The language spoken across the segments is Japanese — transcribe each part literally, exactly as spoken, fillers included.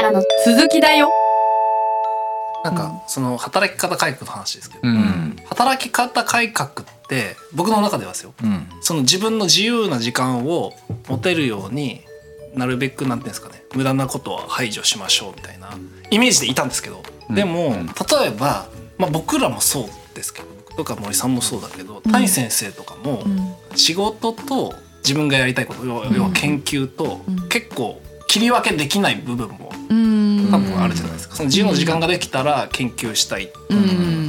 からの鈴木だよ。 なんかその働き方改革の話ですけど、 うん、 働き方改革って僕の中ではですよ、うん、その自分の自由な時間を持てるようになるべくなんていうんですかね、無駄なことは排除しましょうみたいなイメージでいたんですけど、うん、でも、うん、例えば、まあ、僕らもそうですけど、僕とか森さんもそうだけど、谷先生とかも仕事と自分がやりたいこと、要は研究と結構切り分けできない部分も多分あるじゃないですか。その自由の時間ができたら研究したい、うん、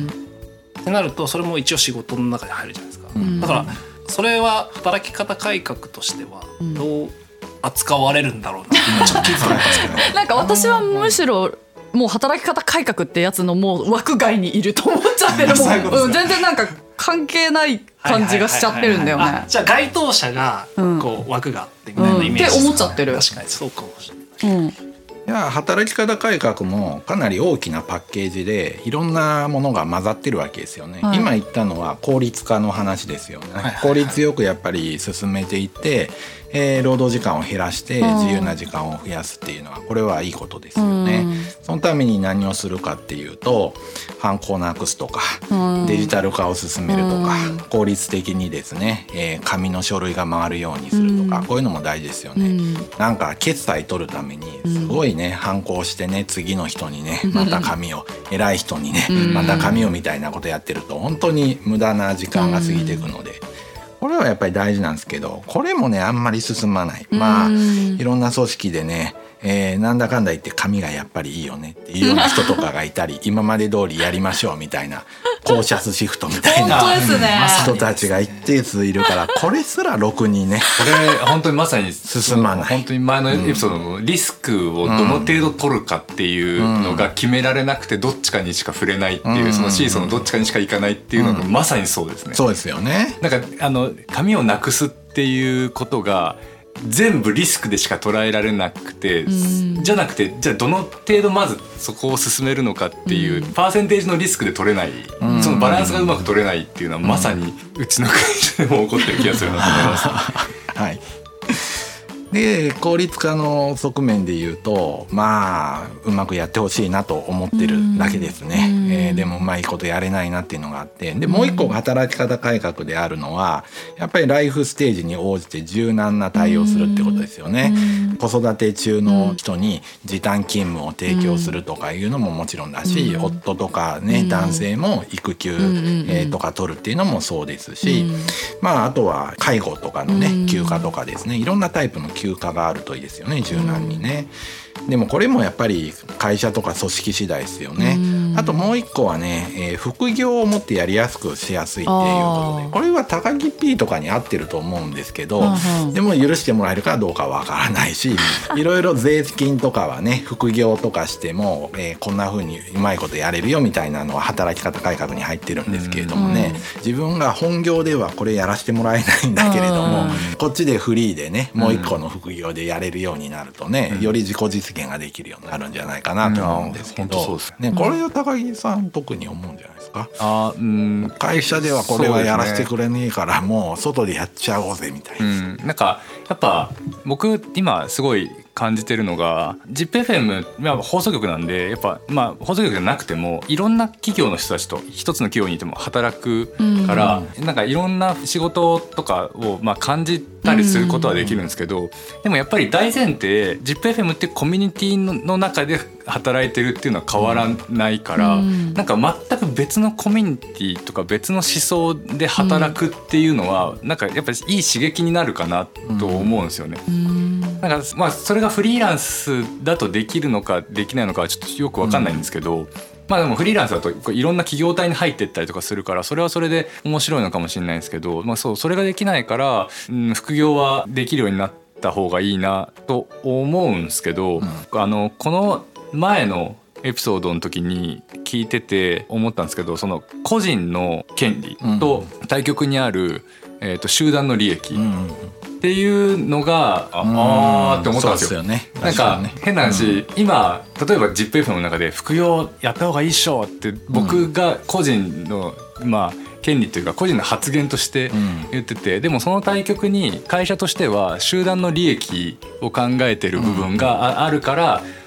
ってなるとそれも一応仕事の中に入るじゃないですか、うん、だからそれは働き方改革としてはどう扱われるんだろうなって今ちょっと聞いてたんですけどなんか私はむしろもう働き方改革ってやつのもう枠外にいると思っちゃってるもん、全然なんか関係ない感じがしちゃってるんだよね。 じゃあ該当者がこう枠があってみたいなイメージですかね、うん、って思っちゃってる。 確かにそうかもしれない、うん、 いや働き方改革もかなり大きなパッケージでいろんなものが混ざってるわけですよね、はい、今言ったのは効率化の話ですよね、はいはいはい、効率よくやっぱり進めていって、えー、労働時間を減らして自由な時間を増やすっていうのはこれはいいことですよね。そのために何をするかっていうと、ハンコをなくすとかデジタル化を進めるとか効率的にですね、えー、紙の書類が回るようにするとか、こういうのも大事ですよね。なんか決済取るためにすごいね、ハンコをしてね、次の人にねまた紙を偉い人にねまた紙をみたいなことやってると本当に無駄な時間が過ぎていくので、これはやっぱり大事なんですけど、これもねあんまり進まない。まあいろんな組織でね、えー、なんだかんだ言って紙がやっぱりいいよねっていうような人とかがいたり今まで通りやりましょうみたいなコーシャスシフトみたいな人たちが一定数いるから、これすらろくにねこれ本当にまさに進まない。 本当に前のエピソードのリスクをどの程度取るかっていうのが決められなくてどっちかにしか触れないっていう、そのシーソーのどっちかにしかいかないっていうのがまさにそうですね。 そうですよね。 なんかあの紙をなくすっていうことが全部リスクでしか捉えられなくて、じゃなくてじゃあどの程度まずそこを進めるのかっていうパーセンテージのリスクで取れない、そのバランスがうまく取れないっていうのはまさにうちの会社でも起こってる気がするなと思います。 はい。で効率化の側面で言うと、まあうまくやってほしいなと思ってるだけですね、えー、でもうまいことやれないなっていうのがあって、でもう一個働き方改革であるのはやっぱりライフステージに応じて柔軟な対応するってことですよね。子育て中の人に時短勤務を提供するとかいうのももちろんだし、夫とかね男性も育休、えー、とか取るっていうのもそうですし、まああとは介護とかのね休暇とかですね、いろんなタイプの休暇があるといいですよね、柔軟にね。でもこれもやっぱり会社とか組織次第ですよね。あともう一個はね、えー、副業を持ってやりやすくしやすいっていうことで、これは高木 P とかに合ってると思うんですけど、でも許してもらえるかどうかわからないし、いろいろ税金とかはね副業とかしても、えー、こんな風にうまいことやれるよみたいなのは働き方改革に入ってるんですけれどもね、自分が本業ではこれやらせてもらえないんだけれども、こっちでフリーでねもう一個の副業でやれるようになるとね、より自己実現ができるようになるんじゃないかなと思うんですけど、うんね、これを高木さん特に思うんじゃないですか。 あ、うん、 会社ではこれはやらせてくれねえからもう外でやっちゃおうぜみたいな、うん、 なんかやっぱ僕今すごい感じてるのが ジップエフエム は放送局なんで、やっぱまあ放送局じゃなくてもいろんな企業の人たちと一つの企業にいても働くから、うん、なんかいろんな仕事とかをまあ感じたりすることはできるんですけど、でもやっぱり大前提 ジップエフエム ってコミュニティの中で働いてるっていうのは変わらないから、うん、なんか全く別のコミュニティとか別の思想で働くっていうのは、うん、なんかやっぱりいい刺激になるかなと思うんですよね、うん、なんかまあそれがフリーランスだとできるのかできないのかはちょっとよく分かんないんですけど、うん、まあでもフリーランスだといろんな企業体に入っていったりとかするからそれはそれで面白いのかもしれないんですけど、まあそうそれができないから、うん、副業はできるようになった方がいいなと思うんですけど、うん、あのこの前のエピソードの時に聞いてて思ったんですけど、その個人の権利と対極にある、えーと集団の利益、うんっていうのがああって思ったんですよ。なんか変な話、今例えば ジップエフエム の中で副業やった方がいいっしょって僕が個人のまあ権利というか個人の発言として言ってて、でもその対極に会社としては集団の利益を考えてる部分があるから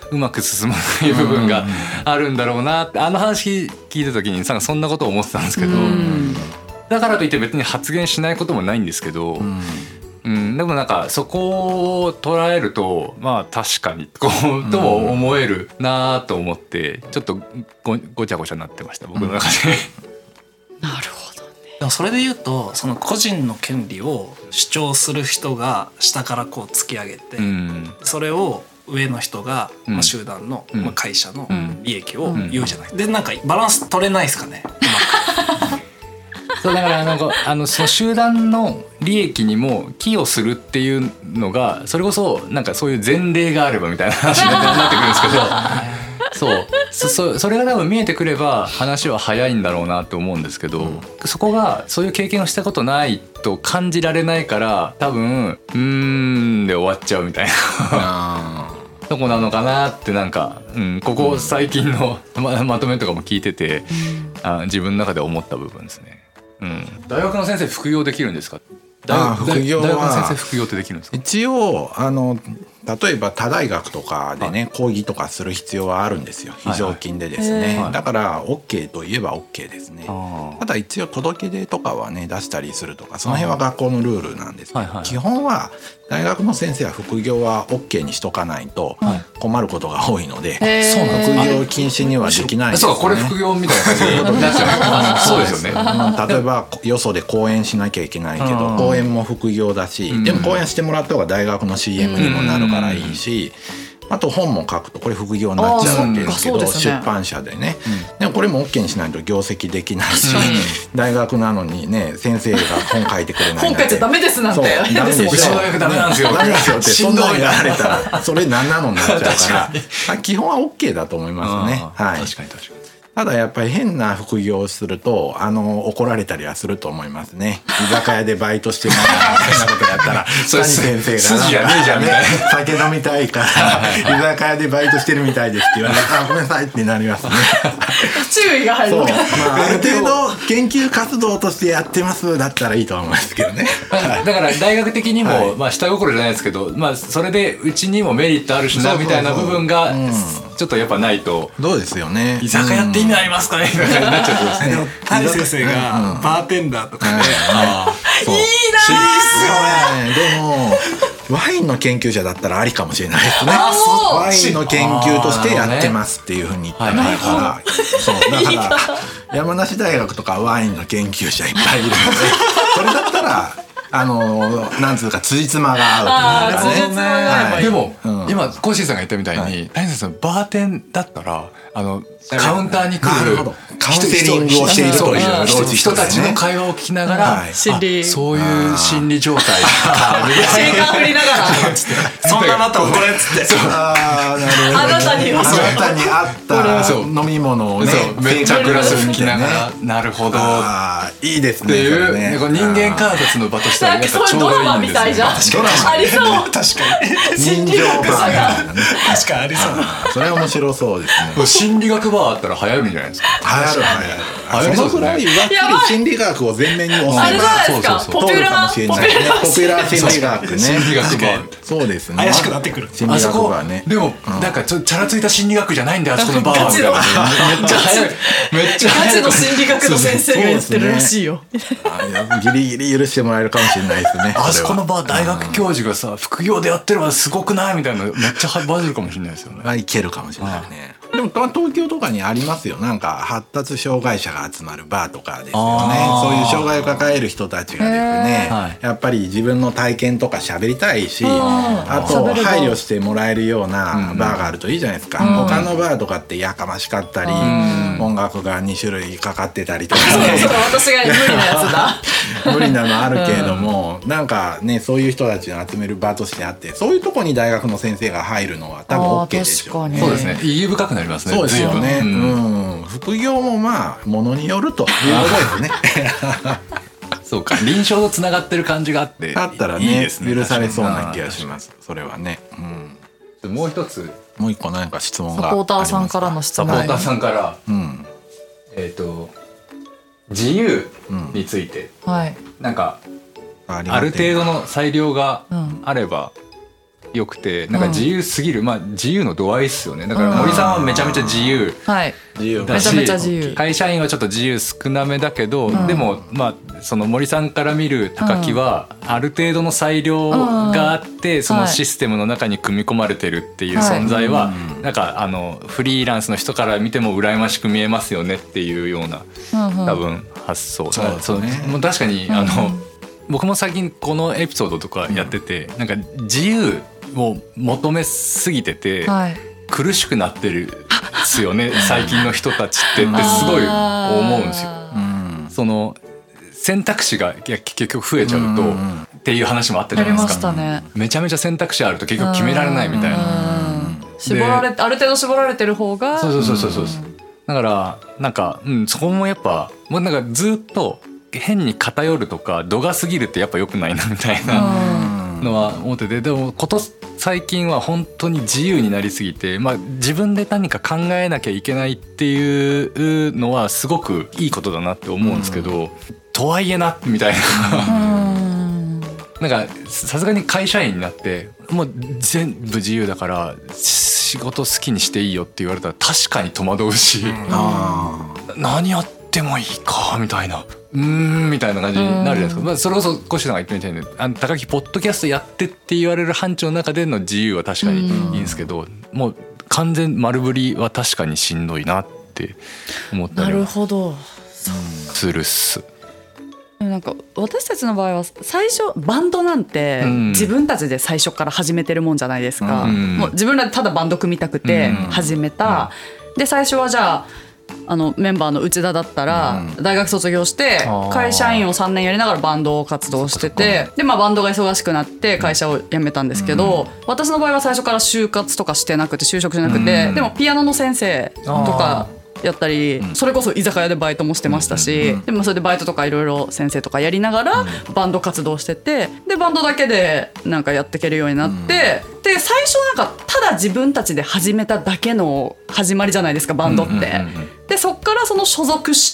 うまく進まない部分があるんだろうなって、あの話聞いた時にさそんなことを思ってたんですけど、だからといって別に発言しないこともないんですけど、うんうん、でもなんかそこを捉えるとまあ確かにこうとも思えるなと思ってちょっと ご, ごちゃごちゃになってました僕の中で、 うん、なるほどね。 でもそれで言うとその個人の権利を主張する人が下からこう突き上げて、うん、それを上の人が、うんまあ、集団の、うんまあ、会社の利益を言うじゃない、うん、でなんかバランス取れないですかねそうだからなんかあのその集団の利益にも寄与するっていうのがそれこそなんかそういう前例があればみたいな話になってくるんですけどそうそ, そ, それが多分見えてくれば話は早いんだろうなって思うんですけど、うん、そこがそういう経験をしたことないと感じられないから多分うーんで終わっちゃうみたいなとこなのかなってなんか、うん、ここ最近の ま, まとめとかも聞いてて、うん、あ自分の中で思った部分ですね。うん、大学の先生副業できるんですか？ あ副業は大学の先生副業ってできるんですか？ 一応あの例えば他大学とかでね、はい、講義とかする必要はあるんですよ非常勤でですね、はいはい、だから OK といえば OK ですね。ただ一応届け出とかはね出したりするとかその辺は学校のルールなんですけど、はいはい、基本は大学の先生は副業は OK にしとかないと困ることが多いので、はい、そうなんです副業禁止にはできないですね。 そうかこれ副業みたいな感じになっちゃうそうですよね、 うん、例えばよそで講演しなきゃいけないけど講演も副業だし、うん、でも講演してもらった方が大学の シーエム にもなるからいいし、あと本も書くとこれ副業になっちゃうんですけど、出版社でね、でもこれも OK にしないと業績できないし、大学なのにね先生が本書いてくれない本書いちゃダメですなんてダメでしょうちの大学ダメなんですよダメなんですよってそんなのやられたらそれ何なのになっちゃうから基本は OK だと思いますね。はい、 確かに確かに。 ただやっぱり変な副業をするとあの怒られたりはすると思いますね。居酒屋でバイトしてもらうみたいなことやったら谷先生が筋じゃねえじゃんみたいな酒飲みたいから居酒屋でバイトしてるみたいですって言われたらあごめんなさいってなりますね注意が入るのか、 まあ、ある程度研究活動としてやってますだったらいいと思いますけどねだから大学的にも、はいまあ、下心じゃないですけど、まあ、それでうちにもメリットあるしなみたいな部分がちょっとやっぱないとどうですよね。 居酒屋って意味ありますかねみたいになっちゃってですね。 谷先生がバーテンダーとかで、ね、 いいなーでもワインの研究者だったらありかもしれないですね。ワインの研究としてやってますっていうふうに言ったらいいから、そうだから山梨大学とかワインの研究者いっぱいいるのでそれだったらあのなんつうか辻褄が合うというかね。 はい、でも、うん、今コッシーさんが言ったみたいに、はい、谷先生バーテンだったらあのカウンターに来るカウンセリングをしているという人, 人たちの会話を聞きながら、はい、心理そういう心理状態かシェイカー振りながらそんなあなたをこれっつってあ, あなたにはあなたに合った飲み物をねめっちゃグラス拭きながらなるほどあいいですねっていうね人間観察の場としてはやっぱちょうどいいんですよ。 ありそう確かに人情バー確かにありそうそれは面白そうですね。 心理学バーあったら流行るんじゃないですか。 流行る流行るそのくらいがっつり心理学を前面に押せばあれじゃないですかポピュラーポピュラー心理学ね心理学バーそうですね怪しくなってくる心理学バーね。 でもなんかちょっとチャラついた心理学じゃないんだよあそこのバーはみたいなめっちゃ早いめっちゃガチの心理学の先生がやってるらしいよ。 ギリギリ許してもらえるかもしれないですね。 あそこのバー大学教授がさ副業でやってればすごくないみたいなめっちゃバズるかもしれないですよね。 いけるかもしれないね。でも東京とかにありますよ。なんか発達障害者が集まるバーとかですよね。そういう障害を抱える人たちがですね、はい、やっぱり自分の体験とか喋りたいし、あと配慮してもらえるようなバーがあるといいじゃないですか、うん、他のバーとかってやかましかったり、うん、音楽がに種類かかってたりとか、ね、 そう私が無理なやつだ無理なのあるけれども、うん、なんかねそういう人たちを集める場としてあって、そういうとこに大学の先生が入るのは多分 OK でしょうね。 そうですね、意義深くなりますね。 そうですよね、うんうん、副業もまあものによるということですねそうか臨床とつながってる感じがあってあったら ね, いいですね許されそうな気がします。それはね、 うん、もう一つもう一個何か質問がサポーターさんからの質問。 サポーターさんから、うん、えっ、ー、と自由について、うん、なんかある程度の裁量があれば、 良くてなんか自由すぎる、うん、まあ自由の度合いですよね。だから森さんはめちゃめちゃ自由だし、 めちゃめちゃ自由、 会社員はちょっと自由少なめだけど、うん、でもまあその森さんから見る高木はある程度の裁量があってそのシステムの中に組み込まれてるっていう存在はなんかあのフリーランスの人から見ても羨ましく見えますよねっていうような多分発想。そうですね。もう確かにあの僕も最近このエピソードとかやっててなんか自由を求めすぎてて苦しくなってるですよね最近の人たちってってすごい思うんですよ。その選択肢が結局増えちゃうとっていう話もあったじゃないですか。 ね、 めちゃめちゃ選択肢あると結局決められないみたいな。 絞られある程度絞られてる方がそうそうそうそうそう。だからなんか、うん、そこもやっぱもうなんかずっと変に偏るとか度が過ぎるってやっぱ良くないなみたいなのは思ってて、でもこと最近は本当に自由になりすぎて、まあ、自分で何か考えなきゃいけないっていうのはすごくいいことだなって思うんですけど、とはいえなみたいななんかさすがに会社員になってもう全部自由だから仕事好きにしていいよって言われたら確かに戸惑うし、何やってもいいかみたいなうーんみたいな感じになるじゃないですか。まあ、それこそコシさんが言ってみたいにあの高木ポッドキャストやってって言われる範疇の中での自由は確かにいいんですけど、もう完全丸振りは確かにしんどいなって思ったりはするっす。 なんか私たちの場合は最初バンドなんて自分たちで最初から始めてるもんじゃないですか、うん、もう自分らでただバンド組みたくて始めた、うん、で最初はじゃああのメンバーの内田だったら大学卒業して会社員をさんねんやりながらバンド活動してて、でまあバンドが忙しくなって会社を辞めたんですけど、私の場合は最初から就活とかしてなくて就職しなくて、でもピアノの先生とかやったり、それこそ居酒屋でバイトもしてましたし、でもそれでバイトとかいろいろ先生とかやりながらバンド活動してて、でバンドだけでなんかやっていけるようになって、で最初なんかただ自分たちで始めただけの始まりじゃないですかバンドって。でそっからその所属して、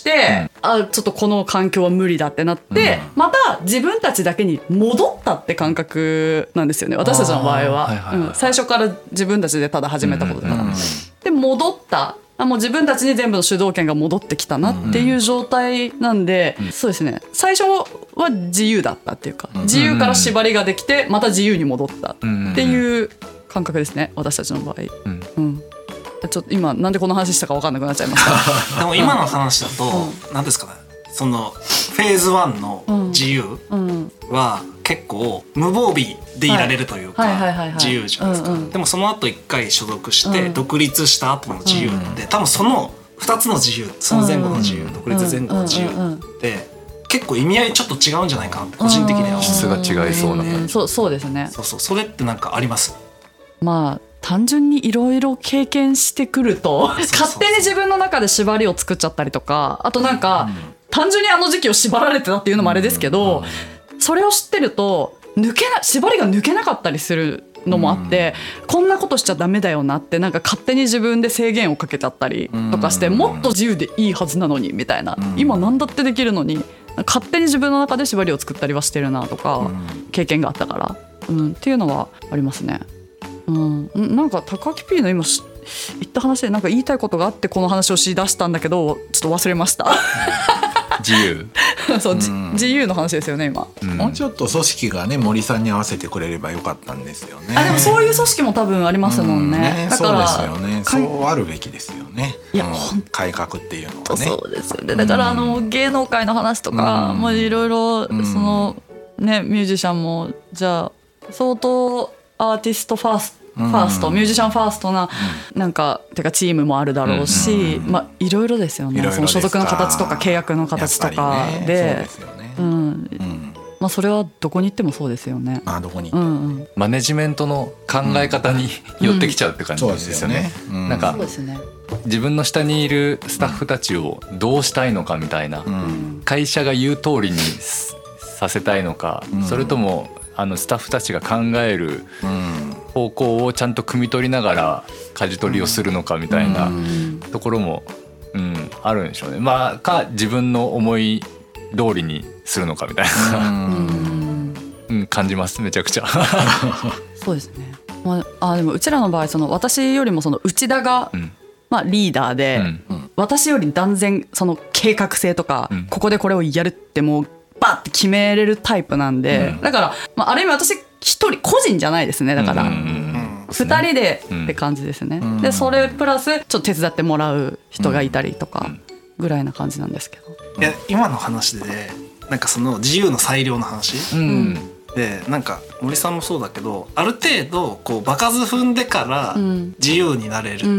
あちょっとこの環境は無理だってなって、また自分たちだけに戻ったって感覚なんですよね私たちの場合は、うん、最初から自分たちでただ始めたことだから。で戻ったあもう自分たちに全部の主導権が戻ってきたなっていう状態なんで、うん、そうですね最初は自由だったっていうか、自由から縛りができてまた自由に戻ったっていう感覚ですね私たちの場合、うんうん、ちょっと今なんでこの話したか分かんなくなっちゃいましたでも今の話だと、うん、何ですかねそのフェーズワンの自由は結構無防備でいられるというか自由じゃないですか、うんうん、でもその後一回所属して独立した後の自由って多分そのふたつの自由その前後の自由独立前後の自由って結構意味合いちょっと違うんじゃないかなって個人的には質が違いそうな感じ、 うん、そうそうですね。 そうそうそれってなんかあります？ まあ単純にいろいろ経験してくると勝手に自分の中で縛りを作っちゃったりとか、あとなんか、うん、単純にあの時期を縛られてたっていうのもあれですけど、うん、それを知ってると抜けな縛りが抜けなかったりするのもあって、うん、こんなことしちゃダメだよなってなんか勝手に自分で制限をかけちゃったりとかして、うん、もっと自由でいいはずなのにみたいな、うん、今何だってできるのに勝手に自分の中で縛りを作ったりはしてるなとか、うん、経験があったから、うん、っていうのはありますね。うん、なんか高木 P の今言った話でなんか言いたいことがあってこの話をしだしたんだけどちょっと忘れました自由そう、うん、自由の話ですよね今、 うん、もうちょっと組織がね森さんに合わせてくれればよかったんですよね。 あでもそういう組織も多分ありますもんね、うんね、だからそうですよねそうあるべきですよね。いや、うん、改革っていうのはねそうですよね。だからあの芸能界の話とかもいろいろそのねミュージシャンもじゃあ相当アーティストファーストファースト、ミュージシャンファーストななんかてかチームもあるだろうし、まあいろいろですよね。その所属の形とか契約の形とかで、うん、まあそれはどこに行ってもそうですよね。 まあどこに行ってもね。 マネジメントの考え方に寄ってきちゃうって感じですよね。なんか自分の下にいるスタッフたちをどうしたいのかみたいな、会社が言う通りにさせたいのか、それともあのスタッフたちが考える方向をちゃんと汲み取りながら舵取りをするのかみたいなところも、うん、あるんでしょうね。まあか自分の思い通りにするのかみたいなうん、感じますめちゃくちゃそうですね。 まあ、あでもうちらの場合その私よりもその内田が、うんまあ、リーダーで、うん、私より断然その計画性とか、うん、ここでこれをやるってもうバッて決めれるタイプなんで、うん、だから、まあ、ある意味私一人個人じゃないですねだから、うん、ふたりでって感じですね、うん、でそれプラスちょっと手伝ってもらう人がいたりとかぐらいな感じなんですけど、 いや今の話でなんかその自由の裁量の話、うんでなんか森さんもそうだけどある程度こう場数踏んでから自由になれると、うん、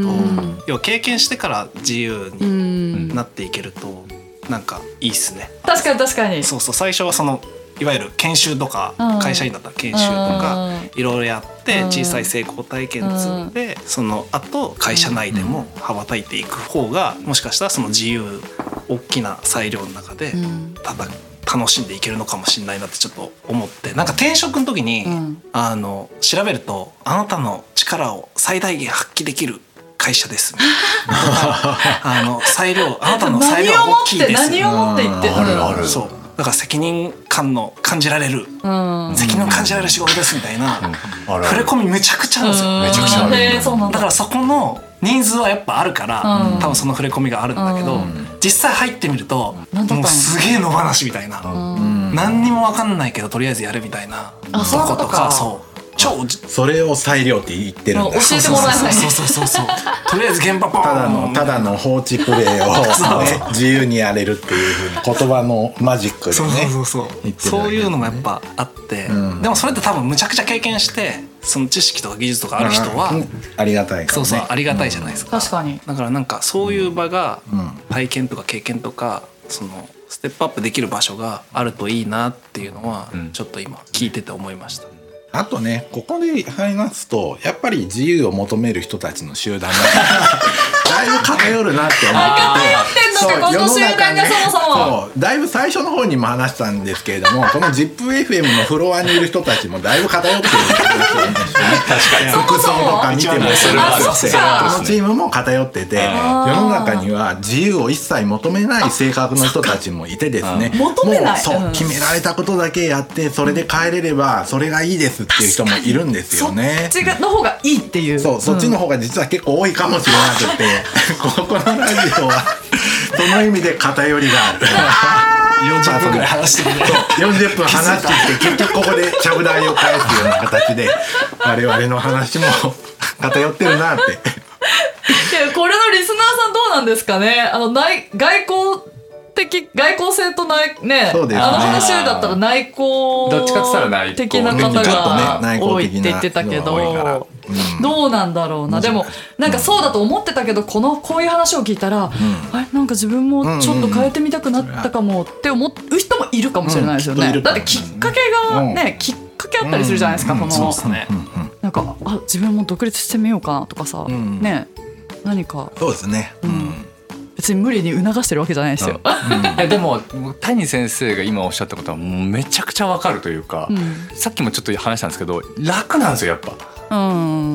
要は経験してから自由になっていけるとなんかいいっすね。 確かに確かに。 そうそう最初はそのいわゆる研修とか会社員だったら研修とかいろいろやって小さい成功体験積んでその後会社内でも羽ばたいていく方がもしかしたらその自由大きな裁量の中でただ楽しんでいけるのかもしれないなってちょっと思ってなんか転職の時に、うん、あの調べるとあなたの力を最大限発揮できる会社ですあの裁量あなたの裁量は大きいです何をもって言ってるそうだから責任感の感じられる、うん、責任を感じられる仕事ですみたいな、うん、触れ込みめちゃくちゃあるんですよ。 めちゃくちゃある、 えー、だからそこのニーズはやっぱあるから、うん、多分その触れ込みがあるんだけど、うん、実際入ってみるともうすげえ野放しみたいな、うん、何にも分かんないけどとりあえずやるみたいなとことかそう超それを裁量って言ってるんだ。 教えてもらえない。 そうそうそうそうとりあえず現場ポーンただのただの放置プレイを、ね、自由にやれるっていう風に言葉のマジックでねそうそうそうそう、ね、そういうのもやっぱあって、うん、でもそれって多分むちゃくちゃ経験してその知識とか技術とかある人は、 うん、ありがたいからね。 そうそうありがたいじゃないですか、 うん、確かに。 だからなんかそういう場が体験とか経験とかそのステップアップできる場所があるといいなっていうのはちょっと今聞いてて思いました。 あとねここで話すとやっぱり自由を求める人たちの集団がだいぶ偏るなって思って偏ってんのかこの集団がそもそもそうだいぶ最初の方にも話したんですけれどもこの ジップエフエム のフロアにいる人たちもだいぶ偏ってるんですよね確かに服装とか見てもそれはこのチームも偏ってて世の中には自由を一切求めない性格の人たちもいてですね求めないもうそう決められたことだけやってそれで帰れればそれがいいですっていう人もいるんですよね。 そっちの方がいいっていう。 そう、そっちの方が実は結構多いかもしれなくて、ここのラジオはその意味で偏りがある。 よんじゅっぷんぐらい話してくれ。 よんじゅっぷん話してきて結局ここでちゃぶ台を返すような形で我々の話も偏ってるなって。 これのリスナーさんどうなんですかね。あの内外交的外交性と内ね、そうですね、あの話だったら内向どっちかって言ったら内向的な方が多いって言ってたけど、うん、どうなんだろうな。でもなんかそうだと思ってたけどこのこういう話を聞いたら、うん、あれなんか自分もちょっと変えてみたくなったかもって思う人もいるかもしれないですよね、うん、だってきっかけがね、うん、きっかけあったりするじゃないですか、うん、この、そうですね、なんかあ自分も独立してみようかなとかさ、うん、ね何かそうですね、うん別に無理に促してるわけじゃないですよ、 うん、いやでも谷先生が今おっしゃったことはもうめちゃくちゃわかるというか、うん、さっきもちょっと話したんですけど楽なんですよやっぱ、うん、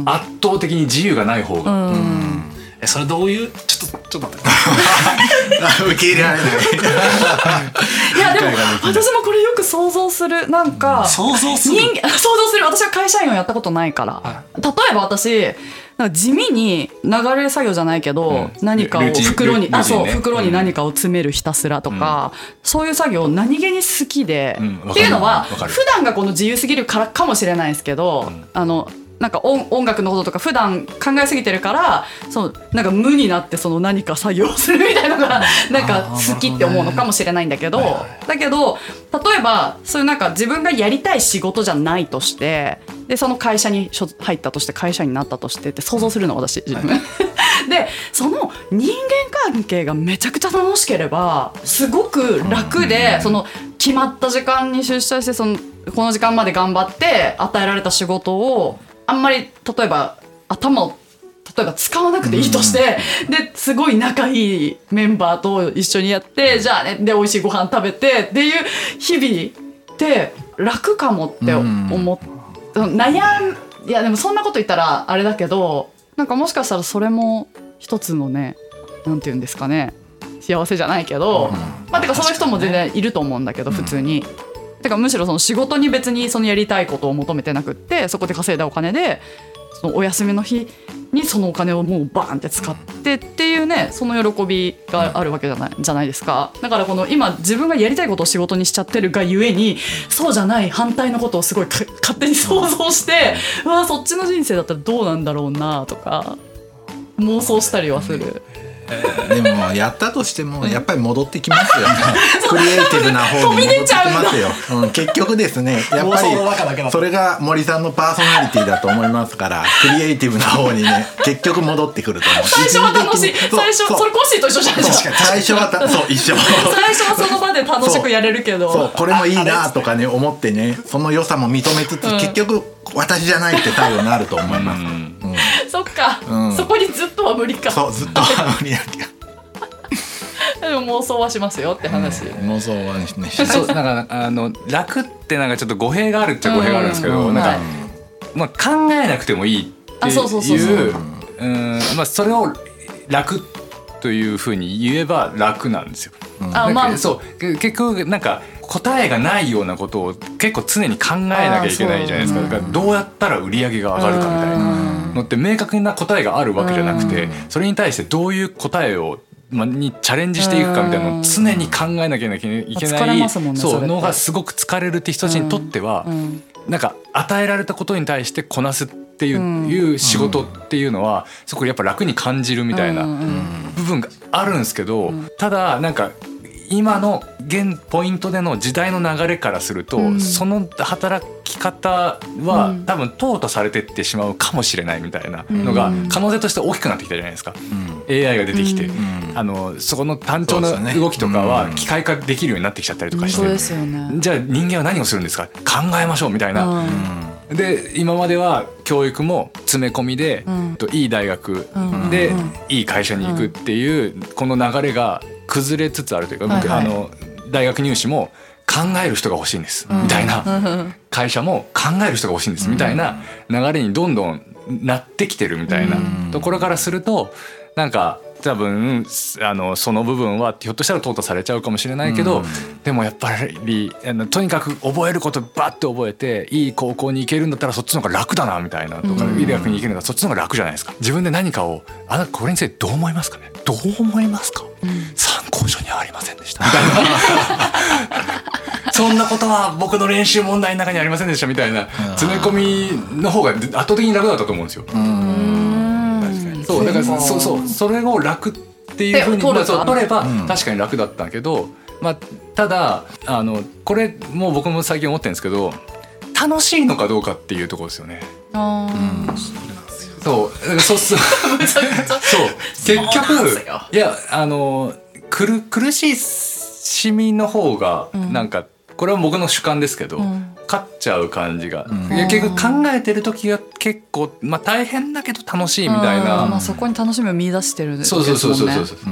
圧倒的に自由がない方が、うんうん、 えそれどういうちょっとちょっと待って受け入れられないいやでも私もこれよく想像するなんか想像する人想像する私は会社員をやったことないから、はい、例えば私なんか地味に流れ作業じゃないけど、うん、何かを袋に、ね、あそう袋に何かを詰めるひたすらとか、うん、そういう作業何気に好きで、うん、っていうのは普段がこの自由すぎるからかもしれないですけど、うん、あのなんか 音, 音楽のこととか普段考えすぎてるからそうなんか無になってその何か作業するみたいなのがなんか好きって思うのかもしれないんだけど、だけど例えばそういうなんか自分がやりたい仕事じゃないとしてでその会社に入ったとして会社員になったとしてって想像するの私自分でその人間関係がめちゃくちゃ楽しければすごく楽でその決まった時間に出社してそのこの時間まで頑張って与えられた仕事をあんまり例えば頭を例えば使わなくていいとして、うん、ですごい仲いいメンバーと一緒にやってじゃあねで美味しいご飯食べてっていう日々って楽かもって思って、うん、悩んいやでもそんなこと言ったらあれだけどなんかもしかしたらそれも一つのねなんていうんですかね幸せじゃないけど、うん、まあてかそういう人も全然いると思うんだけど、うん、普通に。てかむしろその仕事に別にそのやりたいことを求めてなくってそこで稼いだお金でそのお休みの日にそのお金をもうバーンって使ってっていうね、その喜びがあるわけじゃない、じゃないですか。だからこの今自分がやりたいことを仕事にしちゃってるがゆえに、そうじゃない反対のことをすごい勝手に想像して、うわそっちの人生だったらどうなんだろうなとか妄想したりはする。 でもやったとしてもやっぱり戻ってきますよクリエイティブな方に戻ってきますよ、うん、結局ですねやっぱりそれが森さんのパーソナリティだと思いますから、クリエイティブな方にね結局戻ってくると思う。 最初は楽しい、最初それコッシーと一緒じゃないですか。 最初はたそう一緒最初はその場で楽しくやれるけど、 そうこれもいいなとかね思ってね、その良さも認めつつ、うん、結局私じゃないって最後になると思います、うんうん、 そっか、うん、そこにずっとは無理か。 そうずっとは無理だけどでも妄想はしますよって話、 うん、妄想はねそうなんかあの楽ってなんかちょっと語弊があるっちゃ語弊があるんですけど、うん、なんか、はい、まあ、考えなくてもいいっていうまあそれを楽というふうに言えば楽なんですよ、うん、あまあそう結局なんか答えがないようなことを結構常に考えなきゃいけないじゃないですか。だからどうやったら売り上げが上がるかみたいなのって明確な答えがあるわけじゃなくて、それに対してどういう答えをにチャレンジしていくかみたいなのを常に考えなきゃいけない、そう脳がすごく疲れるって人たちにとっては、なんか与えられたことに対してこなすっていう、いう仕事っていうのはすごくやっぱ楽に感じるみたいな部分があるんですけど、ただなんか今の現ポイントでの時代の流れからすると、うん、その働き方は、うん、多分淘汰されてってしまうかもしれないみたいなのが可能性として大きくなってきたじゃないですか、うん、エーアイ が出てきて、うん、あのそこの単調な動きとかは機械化できるようになってきちゃったりとかして、うん、じゃあ人間は何をするんですか、考えましょうみたいな、うん、で今までは教育も詰め込みで、うん、いい大学で、うん、いい会社に行くっていうこの流れが崩れつつあるというか、はいはい、あの大学入試も考える人が欲しいんです、うん、みたいな会社も考える人が欲しいんです、うん、みたいな流れにどんどんなってきてるみたいなところからすると、なんか多分あのその部分はひょっとしたら淘汰されちゃうかもしれないけど、うん、でもやっぱりあのとにかく覚えることバッて覚えていい高校に行けるんだったらそっちの方が楽だなみたいなとか、うん、医学に行けるんだったらそっちの方が楽じゃないですか。自分で何かをあなたこれについてどう思いますかね、どう思いますか、うん、参考書にはありませんでしたみたいなそんなことは僕の練習問題の中にありませんでしたみたいな詰め込みの方が圧倒的に楽だったと思うんですよ。そうだからそうそうそれを楽っていうふうに取れば確かに楽だったけど、まあ、ただあのこれもう僕も最近思ってるんですけど、楽しいのかどうかっていうところですよね。あ、うん、そうそうそうそう結局いやあの苦苦しみの方がなんか、うん、これは僕の主観ですけど、うん、勝っちゃう感じが、うん、いや結局考えてる時が結構、まあ、大変だけど楽しいみたいな、 まあ、そこに楽しみを見出してるんですもんね。 そうそうそうそうそう、うん、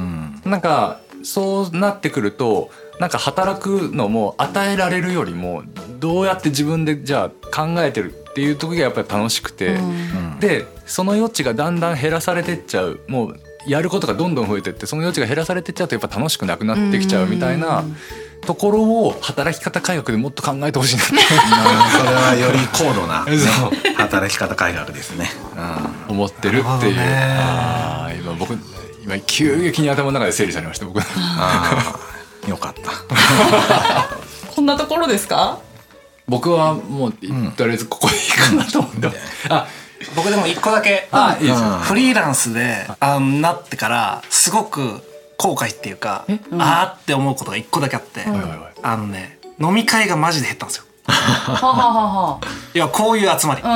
なんかそうなってくるとなんか働くのも与えられるよりもどうやって自分でじゃあ考えてるっていう時がやっぱり楽しくて、うん、でその余地がだんだん減らされてっちゃう、もうやることがどんどん増えてってその余地が減らされてっちゃうとやっぱ楽しくなくなってきちゃうみたいなところを働き方改革でもっと考えてほしいなってそれはより高度な、ね、働き方改革ですね、 うん、思ってるっていう、あ今僕今急激に頭の中で整理されました僕。 あよかったこんなところですか。 僕はもう、うん、とりあえずここでいいかなと思って、うん、あ僕でも一個だけ、 あいいですよ、 フリーランスであなってからすごく後悔っていうか、うん、あーって思うことが一個だけあって、うん、あのね飲み会がマジで減ったんですよいやこういう集まり、うん、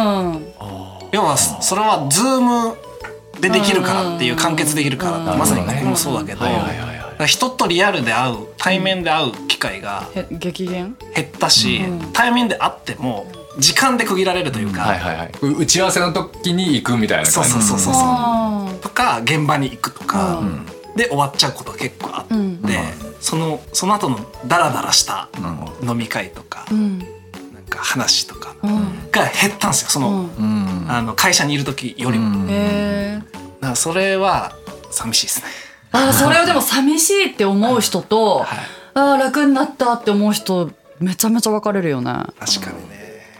要はそれはズームでできるからっていう、完結できるからって、まさにここもそうだけど、人とリアルで会う対面で会う機会が激減減ったし、うん、対面で会っても時間で区切られるというか、 はいはいはい、打ち合わせの時に行くみたいな感じ、 そうそうそうそうそうとか現場に行くとか、うん、で終わっちゃうことが結構あって、うん、そのその後のダラダラした飲み会とか、うん、なんか話とかが減ったんですよ、その、うん、あの会社にいる時よりも、うん、へー、だからそれは寂しいですね。 あそれをでも寂しいって思う人と、はい、あ楽になったって思う人めちゃめちゃ分かれるよね。 確かにね、ちょっとこ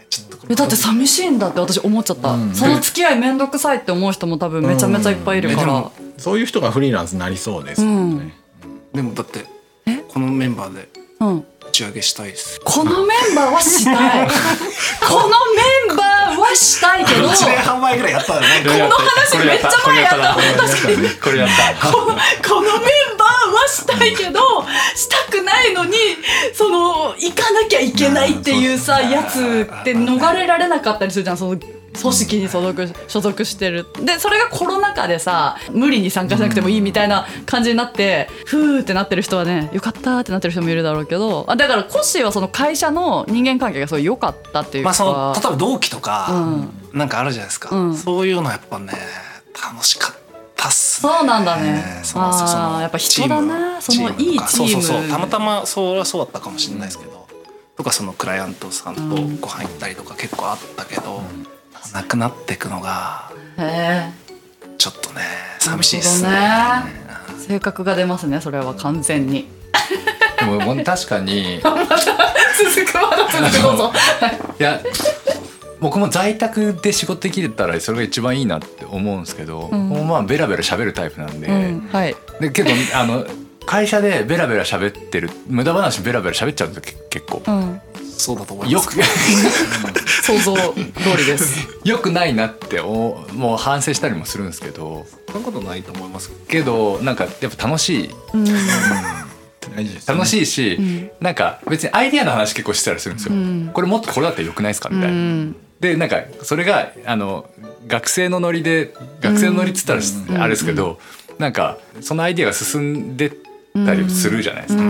えだって寂しいんだって私思っちゃった、うん、その付き合いめんどくさいって思う人も多分めちゃめちゃいっぱいいるから、うん、 そういう人がフリーランスになりそうですよね、うん、 でもだってこのメンバーで打ち上げしたいです、 うん、このメンバーはしたいこのメンバーはしたいけどいちねんはんまえぐらいやったんだねこの話めっちゃ前やった確かにこれやったこの、このメンバーはしたいけどしたくないのにその行かなきゃいけないっていうさやつって逃れられなかったりするじゃん。その組織に所属、所属してるでそれがコロナ禍でさ無理に参加しなくてもいいみたいな感じになってふーってなってる人はねよかったってなってる人もいるだろうけどあだからコッシーはその会社の人間関係がすごい良かったっていうか、 まあ、その例えば同期とか、うん、なんかあるじゃないですか、うん、そういうのやっぱね楽しかったっすね。 そうなんだね。 そうなんですよ。そのやっぱ人だなそのいいチームそうそうそうたまたまそれはそうだったかもしれないですけど、うん、とかそのクライアントさんとご飯行ったりとか結構あったけど、うんなくなっていくのがちょっとね寂しいですね。 性格が出ますねそれは完全に。 でも確かにまた続くまだ続くどうぞ。 いや僕も在宅で仕事できたらそれが一番いいなって思うんですけど、うん、もうまあベラベラ喋るタイプなんで、うんはい、で結構あの会社でベラベラ喋ってる無駄話ベラベラ喋っちゃうんですよ結構。うんそうだと思います。 よく想像通りです。 よくないなっておもう反省したりもするんですけど、 そんなことないと思いますけどなんかやっぱ楽しい、うん、楽しいし、うん、なんか別にアイディアの話結構してたりするんですよ、うん、これもっとこれだったらよくないですかみたいな、うん、でなんかそれがあの学生のノリで学生のノリっつったらあれですけど、うん、なんかそのアイディアが進んでたりするじゃないですか、うん、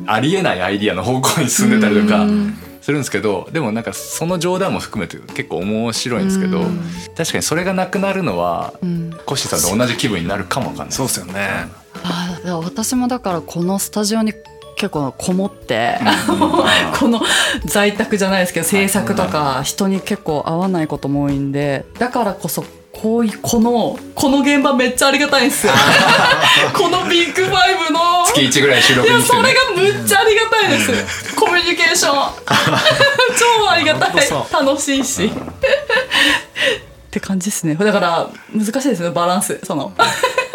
ありえないアイディアの方向に進んでたりとか、うんするんですけどでもなんかその冗談も含めて結構面白いんですけど、うん、確かにそれがなくなるのは、うん、コッシーさんと同じ気分になるかもわかんない。 そうですよね。 あ私もだからこのスタジオに結構こもって、うん、この在宅じゃないですけど制作とか人に結構合わないことも多いんでだからこそこういうこのこの現場めっちゃありがたいんですよこのビッグファイブの月いちぐらい収録に来て、ね、 いやそれがむっちゃありがたいですコミュニケーション超ありがたい楽しいしって感じですね。だから難しいですねバランスその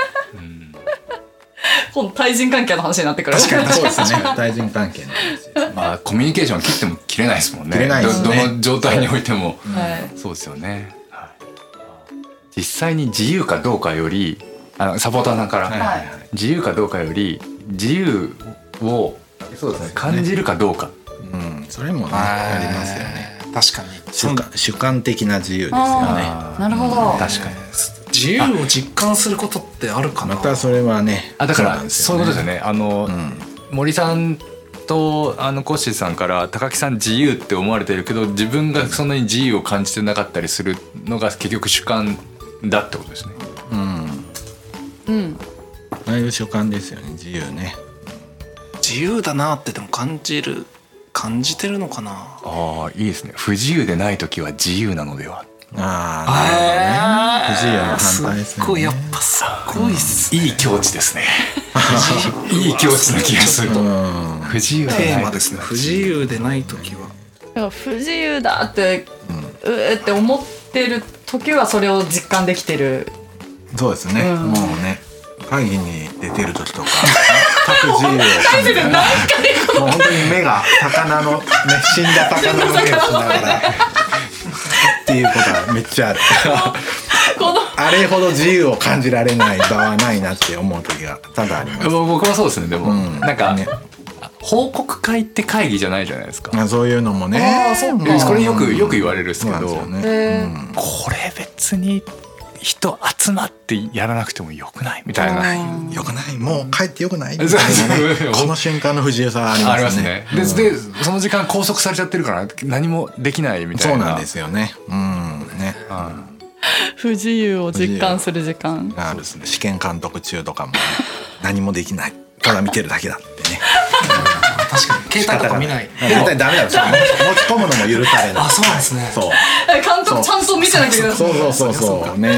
今度対人関係の話になってくる。 確かにそうですね対人関係の話、 まあコミュニケーション切っても切れないですもんね。切れないですね ど, どの状態においても、はい、そうですよね。実際に自由かどうかよりあのサポーターさんから、はい、自由かどうかより自由をそうです、ね、感じるかどうか、 うん、それもねありますよね。 確かに主観、主観的な自由ですよね。 なるほど確かに自由を実感することってあるかな。 またそれはねあだからそういうことですよね。あの、うん、森さんとあのコッシーさんから高木さん自由って思われてるけど自分がそんなに自由を感じてなかったりするのが結局主観だってことですね。 うんうんああいう主観ですよね自由ね。 自由だなってでも感じる感じてるのかな。 あいいですね。不自由でない時は自由なのでは。 ああ、ね、不自由の反対ですね。 すごいやっぱすごいっす、ね、 いい境地ですねいい境地な気がする。不自由でないテーマですね。不自由でない時はだから不自由だって、うん、うーって思ってる時はそれを実感できてる。 そうですね、うん、もうね会議に出てる時とか全く自由を感じてもう本当に目が魚の、ね、死んだ魚の目をしながらっていうことはめっちゃあるあれほど自由を感じられない場はないなって思う時が多々あります。 僕はそうですね。でも、うん、なんか、ね、報告会って会議じゃないじゃないですか。 そういうのもねあそうこれよくよく言われるんですけど、 うんねうん、 これ別に人集まってやらなくてもよくないみたいな。 よくないもう帰ってよくないみたいな、ね、この瞬間の不自由さはありますね。 ありますね。で、でその時間拘束されちゃってるから何もできないみたいな。 そうなんですよね。うんね、うん、 不自由を実感する時間があるですね。試験監督中とかも、ね、何もできないただ見てるだけだってね確かに携帯とか見ない携帯ダメだ持ち込むのも許されない。 あそうなんですね。 そう監督ちゃんと見てなきゃいけない。 そうそうそうそうねっ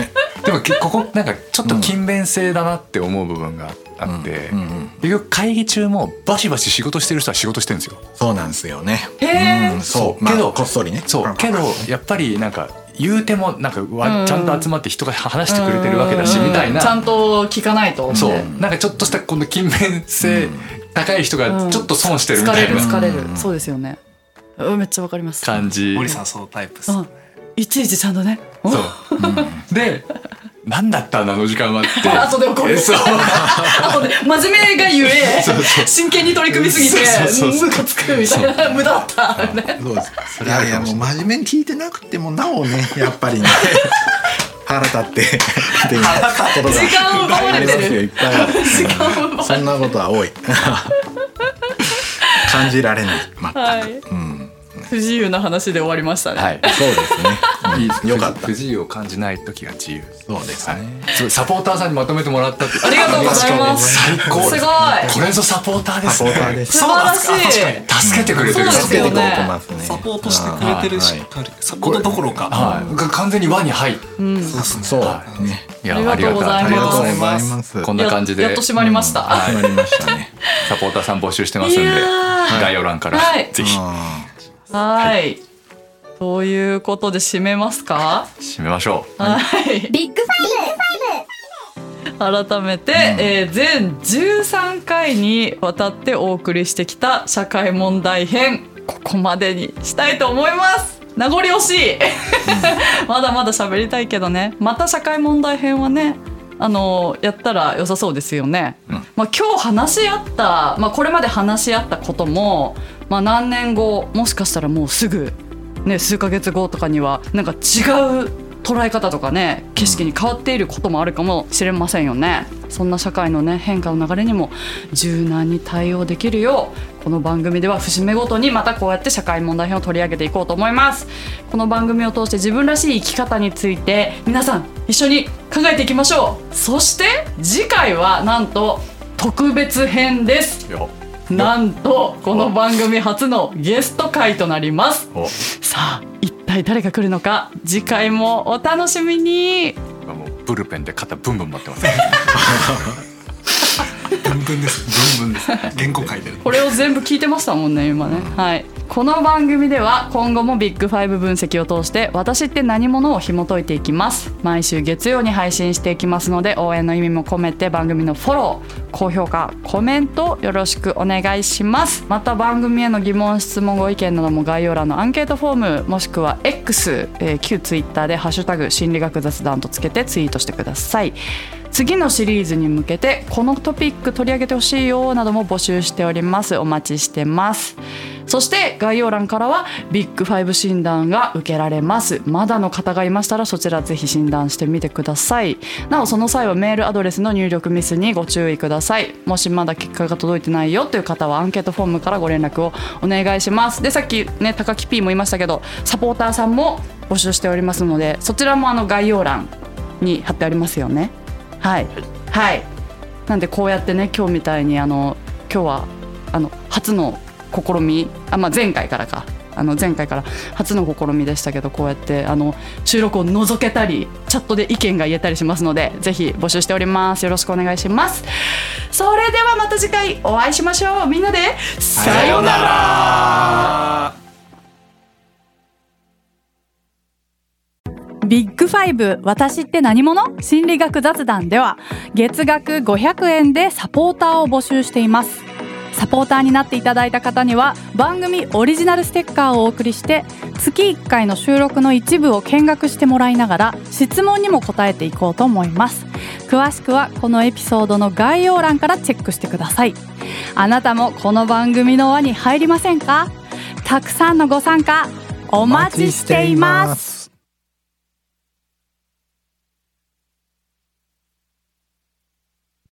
でもここなんかちょっと勤勉性だなって思う部分があって、うんうんうん、結局会議中もバシバシ仕事してる人は仕事してるんですよ。 そうなんですよね。 へー、 うん、そうけど、まあ、こっそりね。 そうけどやっぱりなんか言うてもなんかわちゃんと集まって人が話してくれてるわけだしみたいな、 ちゃんと聞かないと。 そうなんかちょっとしたこの勤勉性高い人がちょっと損してるみたいな、 うん、疲れる疲れる、そうですよね。めっちゃわかります。 感じ。 森さんそのタイプっすね。 いちいちちゃんとね。 そう、うん、で何だったんだあの時間はって後で怒る。そう後で真面目がゆえそうそう真剣に取り組みすぎてムカつくみたいな、無駄だったね。 そうです。いやいやもう真面目に聞いてなくてもなおねやっぱりね腹立ってっていうことが時間を奪われてる。 いっぱいある。時間を奪われてる。そんなことは多い。感じられない全く、はい、うん、 不自由な話で終わりましたね。 はい、そうですね。うん、よかった。 不自由を感じない時が自由。 そうですね。 はい、サポーターさんにまとめてもらったって。 ありがとうございます。 最高。 すごい。 これぞサポーターですね。 サポーターです。 素晴らしい。 助けてくれてる。 助けてくれてますね。 サポートしてくれてるし、しっかりサポートどころか、 はい、完全に輪に入る。 うん、 そうですね。 そう。 ね。 いや、 ありがとうございます。 ありがとうございます。 こんな感じでやっと閉まりました。 閉まりましたね。 サポーターさん募集してますんで、概要欄からぜひ。 はい。ということで締めますか。 締めましょう。はい。ビッグファイブ。改めて、うん、えー、全じゅうさんかいにわたってお送りしてきた社会問題編、ここまでにしたいと思います。名残惜しい。まだまだ喋りたいけどね。また社会問題編はね、あのやったら良さそうですよね。うん、まあ、今日話し合った、まあ、これまで話し合ったことも、まあ、何年後もしかしたらもうすぐ、ね、数ヶ月後とかにはなんか違う捉え方とかね景色に変わっていることもあるかもしれませんよね。そんな社会のね変化の流れにも柔軟に対応できるようこの番組では節目ごとにまたこうやって社会問題編を取り上げていこうと思います。この番組を通して自分らしい生き方について皆さん一緒に考えていきましょう。そして次回はなんと特別編です。なんとこの番組初のゲスト回となります。さあ一体誰が来るのか次回もお楽しみに。 もうブルペンで肩ブンブン待ってます。 ブンブンです。ブンブンです。原稿書いてる。 これを全部聞いてましたもんね今ね。はい。この番組では今後もビッグファイブ分析を通して私って何者を紐解いていきます。毎週月曜に配信していきますので応援の意味も込めて番組のフォロー、高評価、コメントよろしくお願いします。また番組への疑問、質問、ご意見なども概要欄のアンケートフォームもしくは X、えー、旧ツイッターでハッシュタグ心理学雑談とつけてツイートしてください。次のシリーズに向けてこのトピック取り上げてほしいよなども募集しております。お待ちしてます。そして概要欄からはビッグファイブ診断が受けられます。まだの方がいましたらそちらぜひ診断してみてください。なおその際はメールアドレスの入力ミスにご注意ください。もしまだ結果が届いてないよという方はアンケートフォームからご連絡をお願いします。でさっきね高木 P も言いましたけどサポーターさんも募集しておりますのでそちらもあの概要欄に貼ってありますよね。はい、はい、なんでこうやってね今日みたいにあの今日はあの初の試みあ、まあ、前回からかあの前回から初の試みでしたけどこうやってあの収録を覗けたりチャットで意見が言えたりしますのでぜひ募集しております。よろしくお願いします。それではまた次回お会いしましょう。みんなでさようなら。ビッグファイブ私って何者？心理学雑談では月額ごひゃくえんでサポーターを募集しています。サポーターになっていただいた方には番組オリジナルステッカーをお送りして月いっかいの収録の一部を見学してもらいながら質問にも答えていこうと思います。詳しくはこのエピソードの概要欄からチェックしてください。あなたもこの番組の輪に入りませんか？たくさんのご参加お待ちしています。